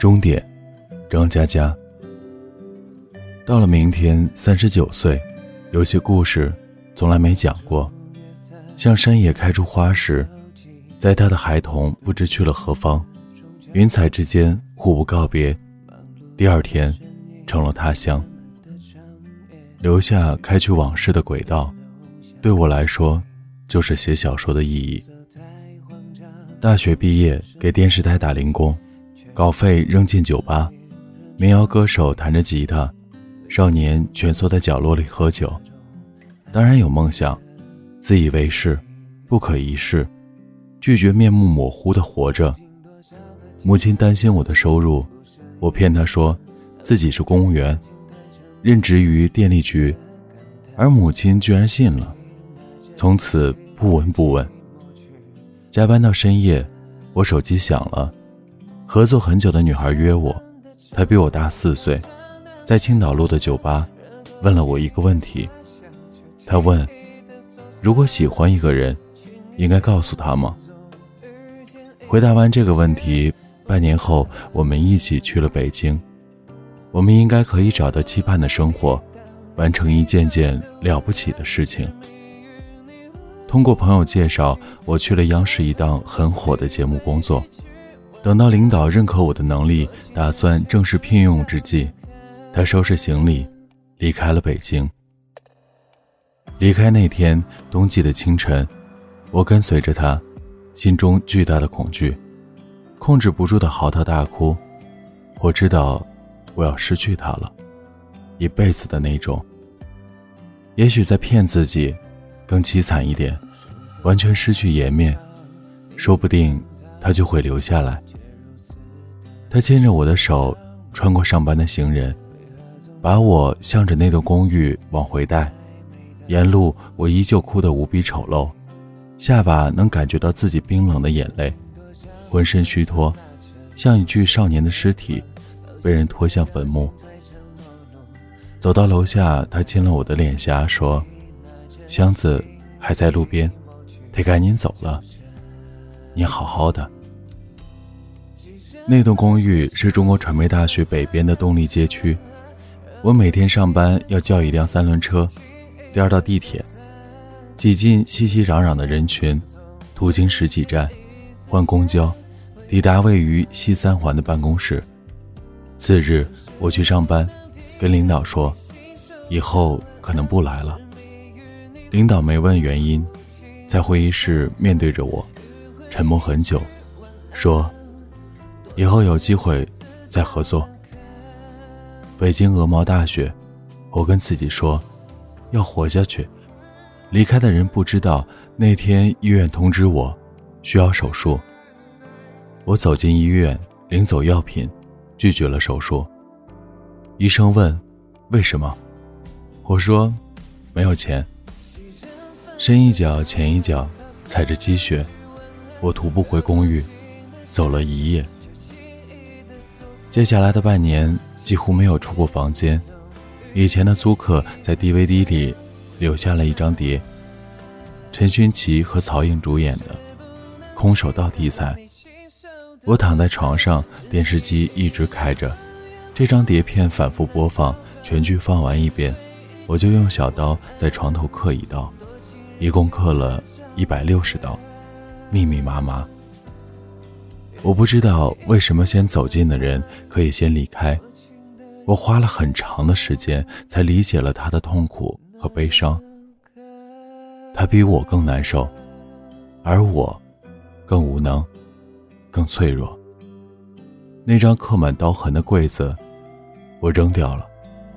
终点，张嘉佳。到了明天39岁，有些故事从来没讲过，像山野开出花时，在他的孩童不知去了何方，云彩之间互不告别，第二天成了他乡，留下开去往事的轨道，对我来说就是写小说的意义。大学毕业给电视台打零工，稿费扔进酒吧，民谣歌手弹着吉他，少年蜷缩在角落里喝酒。当然有梦想，自以为是，不可一世，拒绝面目模糊的活着。母亲担心我的收入，我骗她说自己是公务员，任职于电力局，而母亲居然信了，从此不闻不问。加班到深夜，我手机响了，合作很久的女孩约我，她比我大4岁，在青岛路的酒吧，问了我一个问题。她问，如果喜欢一个人，应该告诉他吗？回答完这个问题，半年后我们一起去了北京。我们应该可以找到期盼的生活，完成一件件了不起的事情。通过朋友介绍，我去了央视一档很火的节目工作。等到领导认可我的能力，打算正式聘用之际，他收拾行李离开了北京。离开那天冬季的清晨，我跟随着他，心中巨大的恐惧，控制不住的嚎啕大哭。我知道我要失去他了，一辈子的那种。也许在骗自己更凄惨一点，完全失去颜面，说不定他就会留下来。他牵着我的手穿过上班的行人，把我向着那栋公寓往回带。沿路我依旧哭得无比丑陋，下巴能感觉到自己冰冷的眼泪，浑身虚脱，像一具少年的尸体被人拖向坟墓。走到楼下，他亲了我的脸颊，说，箱子还在路边，得赶紧走了，你好好的。那栋公寓是中国传媒大学北边的动力街区，我每天上班要叫一辆3轮车，颠到地铁，挤进熙熙攘攘的人群，途经10几站，换公交，抵达位于西3环的办公室。次日我去上班，跟领导说，以后可能不来了。领导没问原因，在会议室面对着我，沉默很久，说，以后有机会再合作。北京鹅毛大雪，我跟自己说，要活下去。离开的人不知道，那天医院通知我需要手术。我走进医院，领走药品，拒绝了手术。医生问为什么，我说没有钱。深一脚浅一脚，踩着积雪，我徒步回公寓，走了一夜。接下来的半年几乎没有出过房间，以前的租客在 DVD 里留下了一张碟，陈勋奇和曹颖主演的《空手道》题材。我躺在床上，电视机一直开着，这张碟片反复播放，全剧放完一遍，我就用小刀在床头刻一刀，一共刻了160刀，密密麻麻。我不知道为什么先走近的人可以先离开，我花了很长的时间才理解了他的痛苦和悲伤。他比我更难受，而我更无能，更脆弱。那张刻满刀痕的柜子我扔掉了。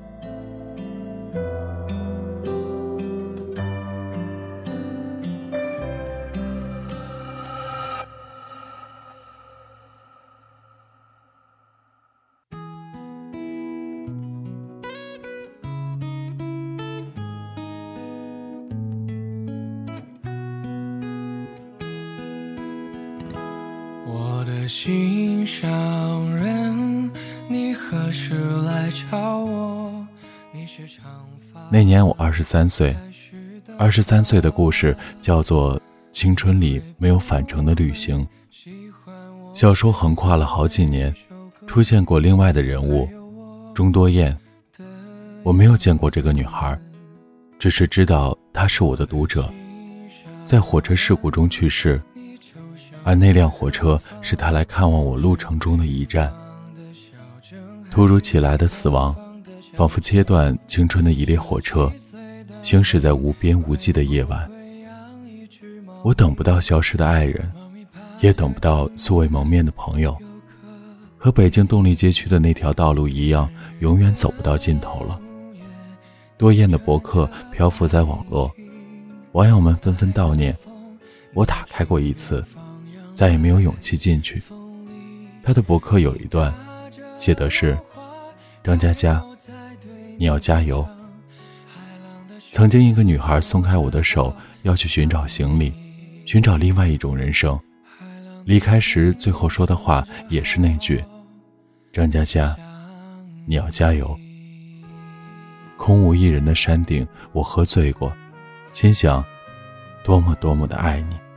我的心上人，你何时来找我？你是长发。 那年我23岁，23岁的故事叫做《青春里没有返程的旅行》。小说横跨了好几年， 出现过另外的人物钟多燕。我没有见过这个女孩，只是知道她是我的读者，在火车事故中去世，而那辆火车是她来看望我路程中的一站。突如其来的死亡仿佛切断青春的一列火车，行驶在无边无际的夜晚。我等不到消失的爱人，也等不到素未谋面的朋友，和北京动力街区的那条道路一样，永远走不到尽头了。多燕的博客漂浮在网络，网友们纷纷悼念。我打开过一次，再也没有勇气进去。他的博客有一段写的是：张佳佳，你要加油。曾经一个女孩松开我的手，要去寻找行李，寻找另外一种人生。离开时最后说的话也是那句：张佳佳，你要加油。空无一人的山顶，我喝醉过，心想多么多么的爱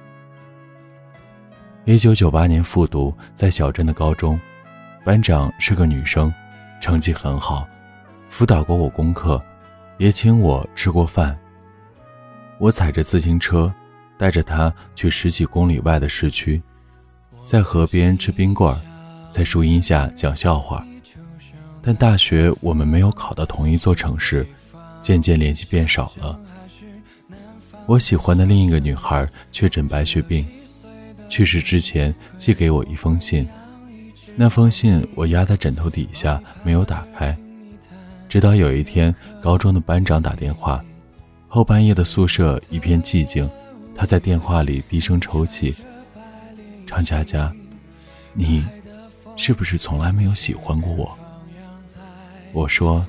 你。1998年复读，在小镇的高中，班长是个女生，成绩很好，辅导过我功课，也请我吃过饭。我踩着自行车带着她去10几公里外的市区，在河边吃冰棍，在树荫下讲笑话。但大学我们没有考到同一座城市，渐渐联系变少了。我喜欢的另一个女孩确诊白血病，去世之前寄给我一封信，那封信我压在枕头底下没有打开，直到有一天高中的班长打电话，后半夜的宿舍一片寂静，他在电话里低声抽泣：张佳佳，你是不是从来没有喜欢过我？我说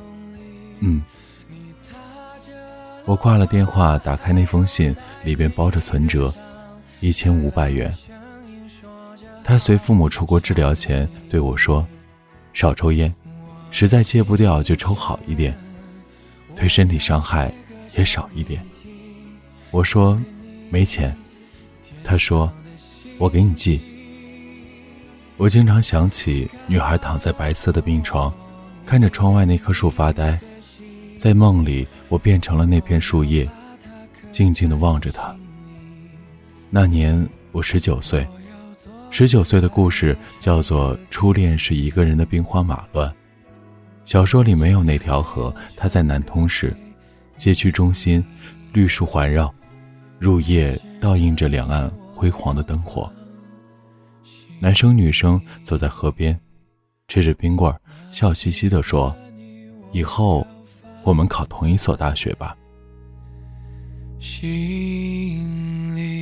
我挂了电话，打开那封信，里边包着存折1500元。他随父母出国治疗前对我说：少抽烟，实在戒不掉就抽好一点，对身体伤害也少一点。我说没钱。他说我给你寄。我经常想起女孩躺在白色的病床，看着窗外那棵树发呆，在梦里我变成了那片树叶，静静地望着她。那年我19岁，19岁的故事叫做初恋是一个人的兵荒马乱。小说里没有那条河，它在南通市街区中心，绿树环绕，入夜倒映着两岸辉煌的灯火。男生女生走在河边，吃着冰棍，笑嘻嘻地说：以后我们考同一所大学吧。 心里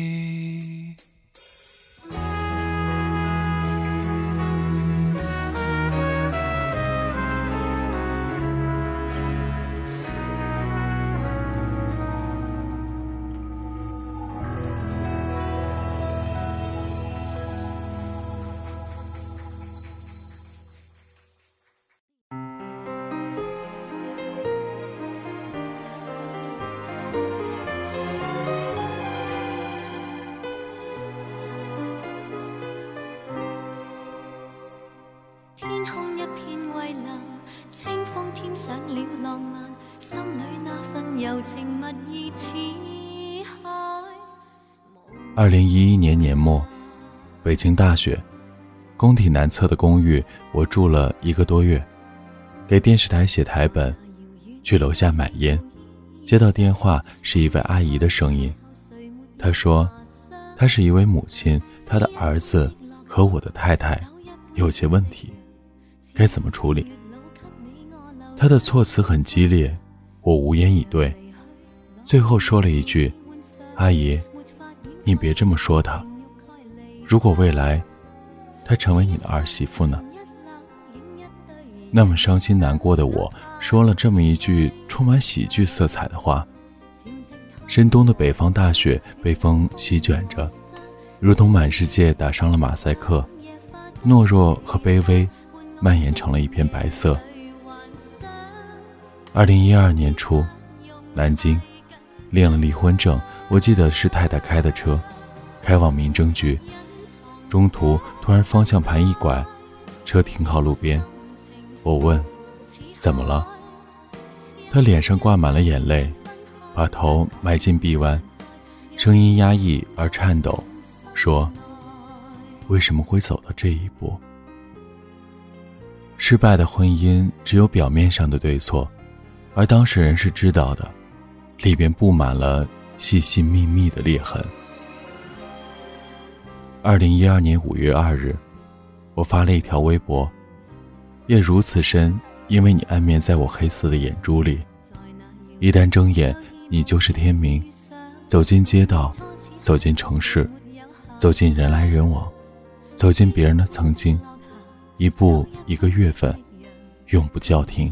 天空一片蔚蓝，清风添上了浪漫，心里那份柔情蜜意似海。 2011年年末，北京大学工体南侧的公寓，我住了1个多月，给电视台写台本，去楼下买烟，接到电话是一位阿姨的声音。她说她是一位母亲，她的儿子和我的太太有些问题，该怎么处理？她的措辞很激烈，我无言以对，最后说了一句：阿姨，你别这么说她，如果未来她成为你的儿媳妇呢？那么伤心难过的我说了这么一句充满喜剧色彩的话。深冬的北方大雪被风席卷着，如同满世界打上了马赛克，懦弱和卑微蔓延成了一片白色。2012年初，南京领了离婚证，我记得是太太开的车，开往民政局。中途突然方向盘一拐， 车停好路边，我问怎么了？他脸上挂满了眼泪，把头埋进臂弯，声音压抑而颤抖，说为什么会走到这一步？失败的婚姻只有表面上的对错，而当事人是知道的，里边布满了细细密密的裂痕。2012年5月2日，我发了一条微博，夜如此深，因为你暗面在我黑色的眼珠里，一旦睁眼，你就是天明。走进街道，走进城市，走进人来人往，走进别人的曾经，一步一个月份，永不叫停。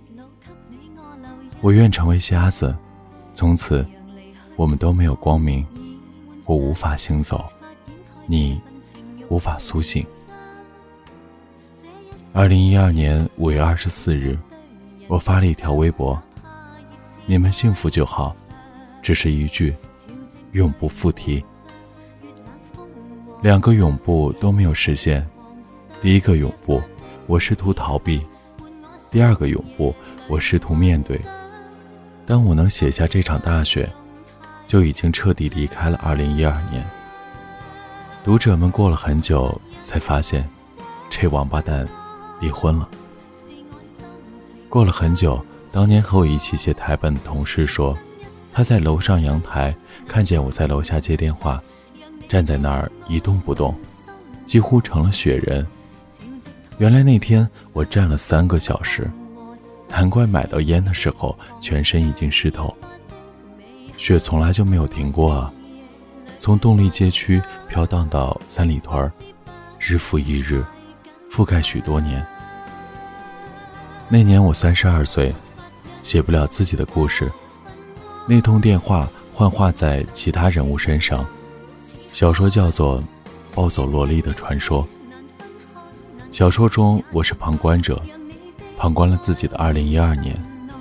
我愿成为瞎子，从此我们都没有光明，我无法行走，你无法苏醒。2012年5月24日，我发了一条微博，你们幸福就好，只是一句永不复提。2个永不都没有实现，第一个永不我试图逃避，第二个永不我试图面对。当我能写下这场大雪，就已经彻底离开了2012年。读者们过了很久才发现，这王八蛋离婚了。过了很久，当年和我一起写台本的同事说，他在楼上阳台看见我在楼下接电话，站在那儿一动不动，几乎成了雪人。原来那天我站了3个小时，难怪买到烟的时候全身已经湿透。雪从来就没有停过啊，从动力街区飘荡到三里屯，日复一日，覆盖许多年。那年我32岁，写不了自己的故事，那通电话幻化在其他人物身上，小说叫做《暴走萝莉的传说》。小说中我是旁观者，旁观了自己的2012年。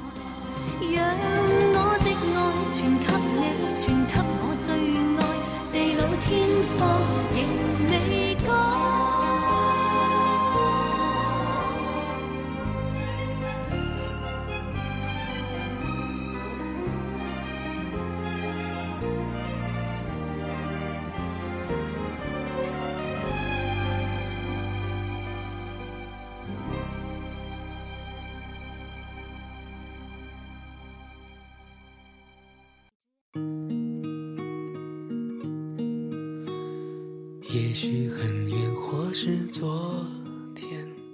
也许很远，或是昨天。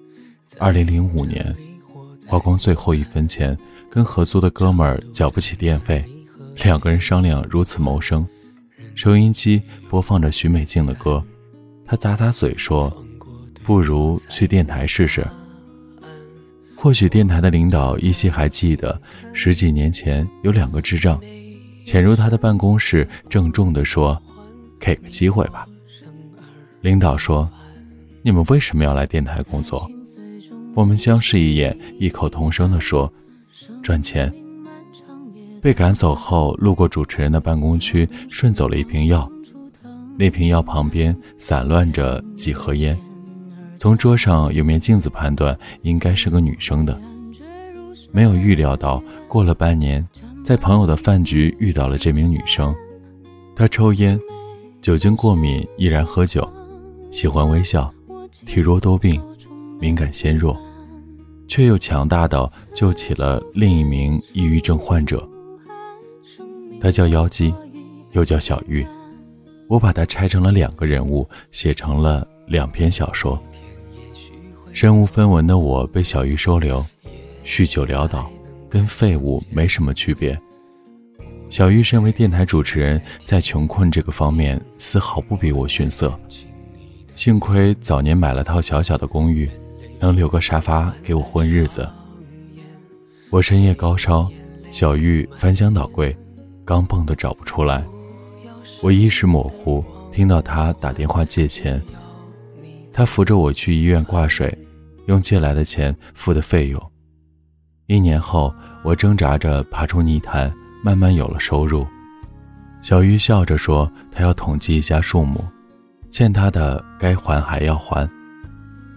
2005年，花光最后1分钱，跟合租的哥们儿缴不起电费，2个人商量如此谋生。收音机播放着许美静的歌，他咂咂嘴说，不如去电台试试。或许电台的领导依稀还记得10几年前有2个智障潜入他的办公室，郑重地说，给个机会吧。领导说，你们为什么要来电台工作？我们相视一眼，异口同声地说，赚钱。被赶走后，路过主持人的办公区，顺走了一瓶药，那瓶药旁边散乱着几盒烟，从桌上有面镜子判断应该是个女生的。没有预料到，过了半年，在朋友的饭局遇到了这名女生。她抽烟，酒精过敏，依然喝酒，喜欢微笑，体弱多病，敏感纤弱，却又强大到救起了另一名抑郁症患者。他叫妖姬，又叫小玉，我把它拆成了2个人物，写成了2篇小说。身无分文的我被小玉收留，酗酒潦倒，跟废物没什么区别。小玉身为电台主持人，在穷困这个方面丝毫不比我逊色。幸亏早年买了套小小的公寓，能留个沙发给我混日子。我深夜高烧，小玉翻箱倒柜，刚蹦的找不出来。我意识模糊，听到她打电话借钱。她扶着我去医院挂水，用借来的钱付的费用。1年后，我挣扎着爬出泥潭，慢慢有了收入。小玉笑着说，她要统计一下数目，欠她的该还还要还。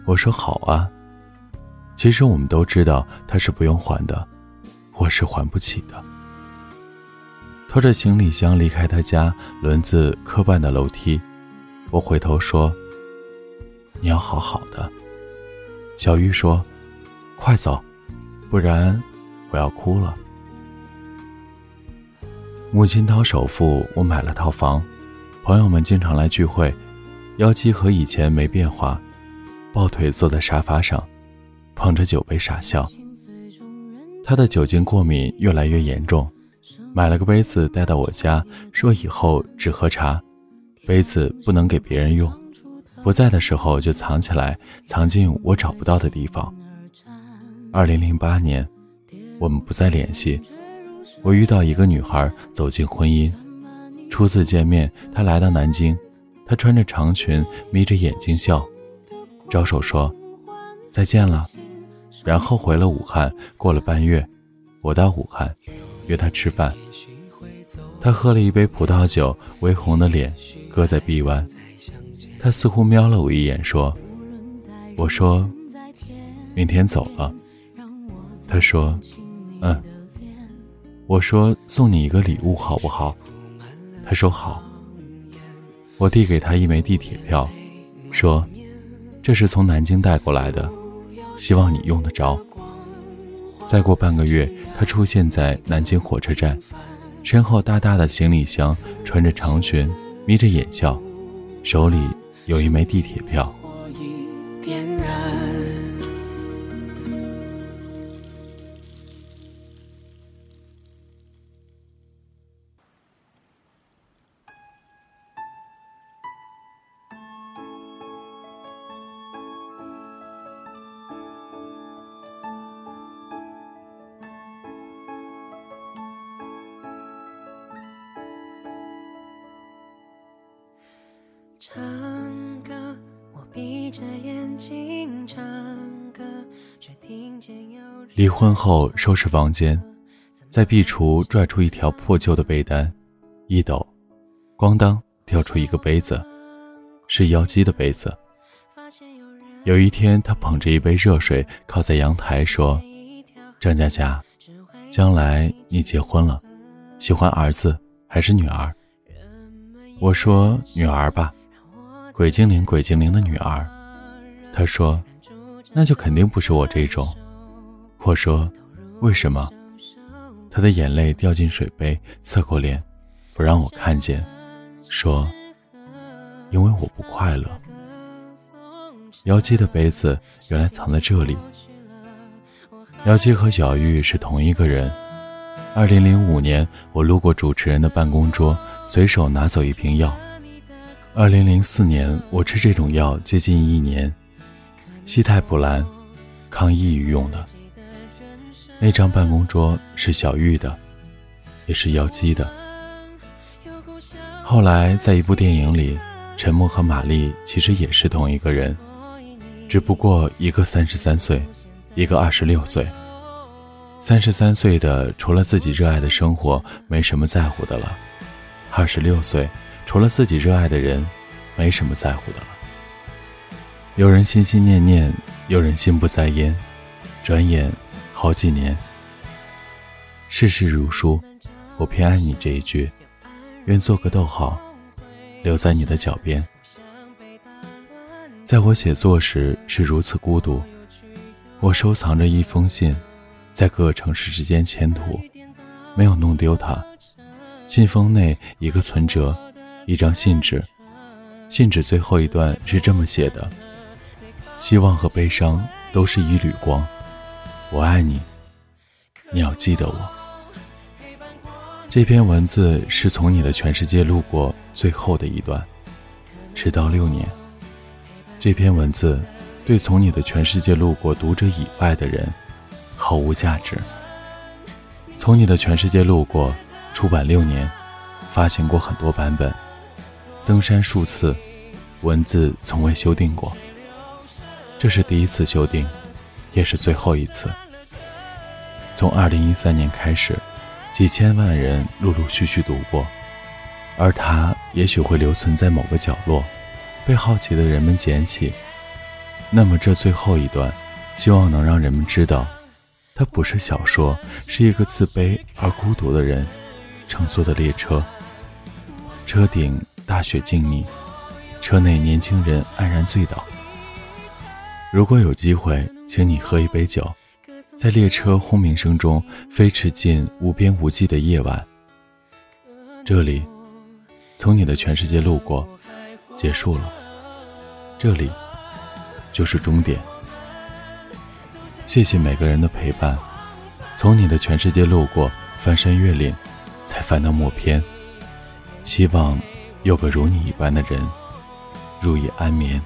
我说好啊。其实我们都知道他是不用还的，我是还不起的。拖着行李箱离开他家轮子磕绊的楼梯，我回头说，你要好好的。小玉说，快走，不然我要哭了。母亲掏首付，我买了套房，朋友们经常来聚会，妖姬和以前没变化，抱腿坐在沙发上，捧着酒杯傻笑。他的酒精过敏越来越严重，买了个杯子带到我家，说以后只喝茶，杯子不能给别人用，不在的时候就藏起来，藏进我找不到的地方。2008年，我们不再联系。我遇到一个女孩走进婚姻，初次见面，她来到南京，她穿着长裙，眯着眼睛笑，招手说再见了，然后回了武汉。过了半月，我到武汉约她吃饭，她喝了一杯葡萄酒，微红的脸搁在臂弯，她似乎瞄了我一眼说，我说明天走了。她说我说送你一个礼物好不好？她说好。我递给她一枚地铁票，说这是从南京带过来的，希望你用得着。再过半个月，她出现在南京火车站，身后大大的行李箱，穿着长裙，眯着眼笑，手里有一枚地铁票。 唱歌，我闭着眼睛唱歌，却听见有人离婚后收拾房间，在壁橱拽出一条破旧的被单，一抖，咣当跳出一个杯子，是妖姬的杯子。有一天，他捧着一杯热水靠在阳台说，张佳佳，将来你结婚了，喜欢儿子还是女儿？我说女儿吧，鬼精灵鬼精灵的女儿。他说那就肯定不是我这种。我说为什么？他的眼泪掉进水杯，侧过脸不让我看见，说因为我不快乐。妖姬的杯子原来藏在这里。妖姬和小玉是同一个人。2005年，我路过主持人的办公桌，随手拿走一瓶药。2004年，我吃这种药接近1年，西泰普兰，抗抑郁用的。那张办公桌是小玉的，也是妖姬的。后来在一部电影里，陈默和玛丽其实也是同一个人，只不过一个33岁，一个26岁。33岁的除了自己热爱的生活没什么在乎的了，26岁除了自己热爱的人没什么在乎的了。有人心心念念，有人心不在焉，转眼好几年。世事如书，我偏爱你这一句，愿做个逗号，留在你的脚边。在我写作时是如此孤独，我收藏着一封信，在各个城市之间迁途，没有弄丢它。信封内一个存折，一张信纸，信纸最后一段是这么写的：希望和悲伤都是一缕光，我爱你，你要记得我。这篇文字是从你的全世界路过最后的一段，迟到6年。这篇文字对从你的全世界路过读者以外的人毫无价值。从你的全世界路过出版6年，发行过很多版本，增删数次，文字从未修订过。这是第一次修订，也是最后一次。从2013年开始，几千万人陆陆续续读过，而它也许会留存在某个角落，被好奇的人们捡起。 那么这最后一段，希望能让人们知道，它不是小说，是一个自卑而孤独的人乘坐的列车。车顶大雪静谧，车内年轻人安然醉倒。如果有机会，请你喝一杯酒，在列车轰鸣声中飞驰进无边无际的夜晚。这里，从你的全世界路过，结束了。这里，就是终点。谢谢每个人的陪伴，从你的全世界路过，翻山越岭，才翻到末篇。希望有个如你一般的人，入夜安眠。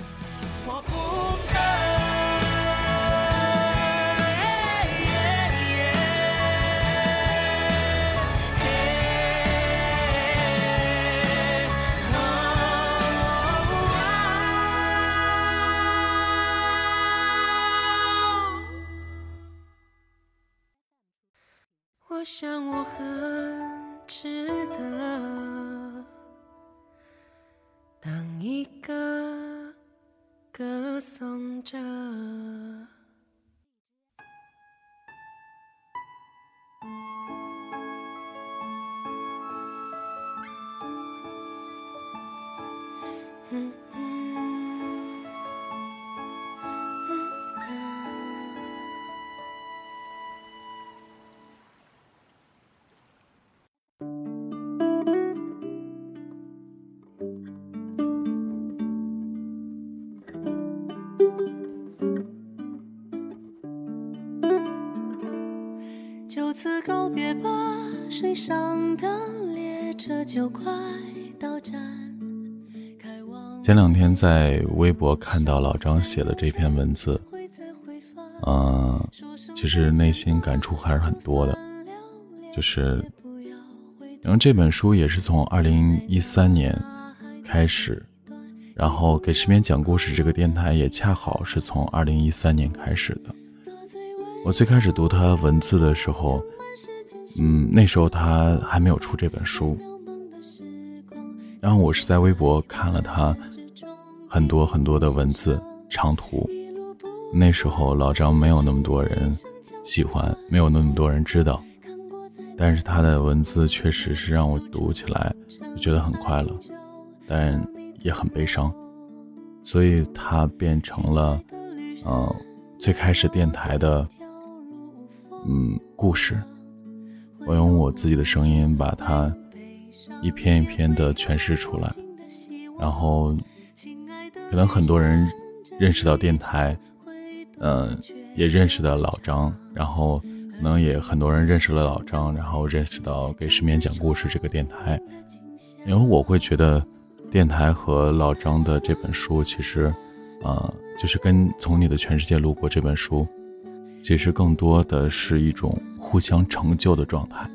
我想我很值得当一个歌颂者。 就此告别吧，水上的列车就快到站。 前两天在微博看到老张写的这篇文字，其实内心感触还是很多的。就是然后这本书也是从2013年开始，然后给失眠讲故事这个电台也恰好是从2013年开始的。我最开始读他文字的时候，那时候他还没有出这本书，然后我是在微博看了他很多很多的文字长图。那时候老张没有那么多人喜欢，没有那么多人知道，但是他的文字确实是让我读起来就觉得很快乐，但也很悲伤，所以他变成了最开始电台的故事。我用我自己的声音把它一篇一篇的诠释出来，然后可能很多人认识到电台，也认识到老张，然后可能也很多人认识了老张，然后认识到给失眠讲故事这个电台。因为我会觉得电台和老张的这本书其实就是跟从你的全世界路过这本书其实更多的是一种互相成就的状态。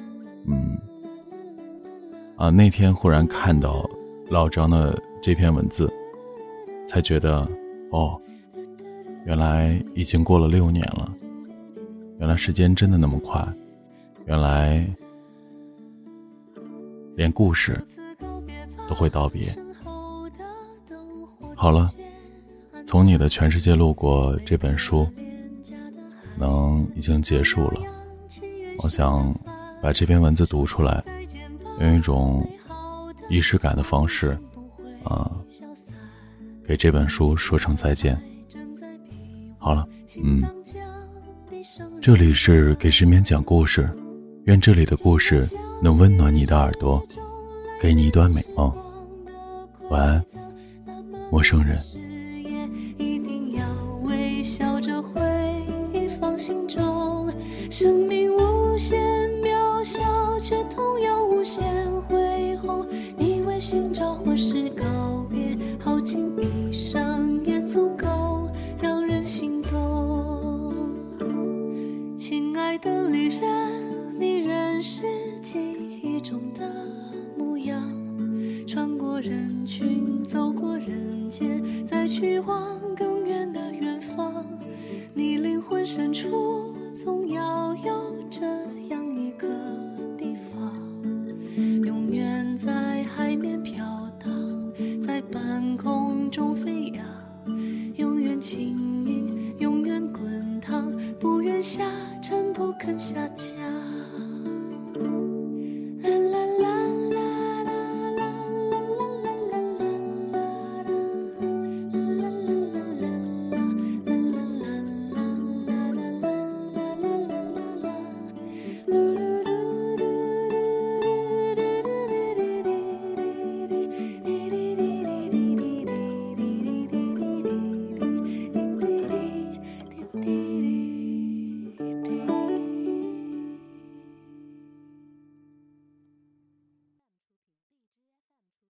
那天忽然看到老张的这篇文字，才觉得原来已经过了6年了，原来时间真的那么快，原来连故事都会道别。好了，从你的全世界路过这本书已经结束了，我想把这篇文字读出来，用一种仪式感的方式给这本书说声再见。好了，这里是给失眠讲故事，愿这里的故事能温暖你的耳朵，给你一段美梦。晚安，陌生人。 一定要微笑着回放心中，生命无限渺小，却同样无限恢宏。你为寻找或是告别，耗尽一生也足够让人心动。亲爱的旅人，你仍是记忆中的模样，穿过人群，走过人间，再去往更远的远方。你灵魂深处总要有这样一个地方，永远在海面飘荡，在半空中飞扬，永远轻肯下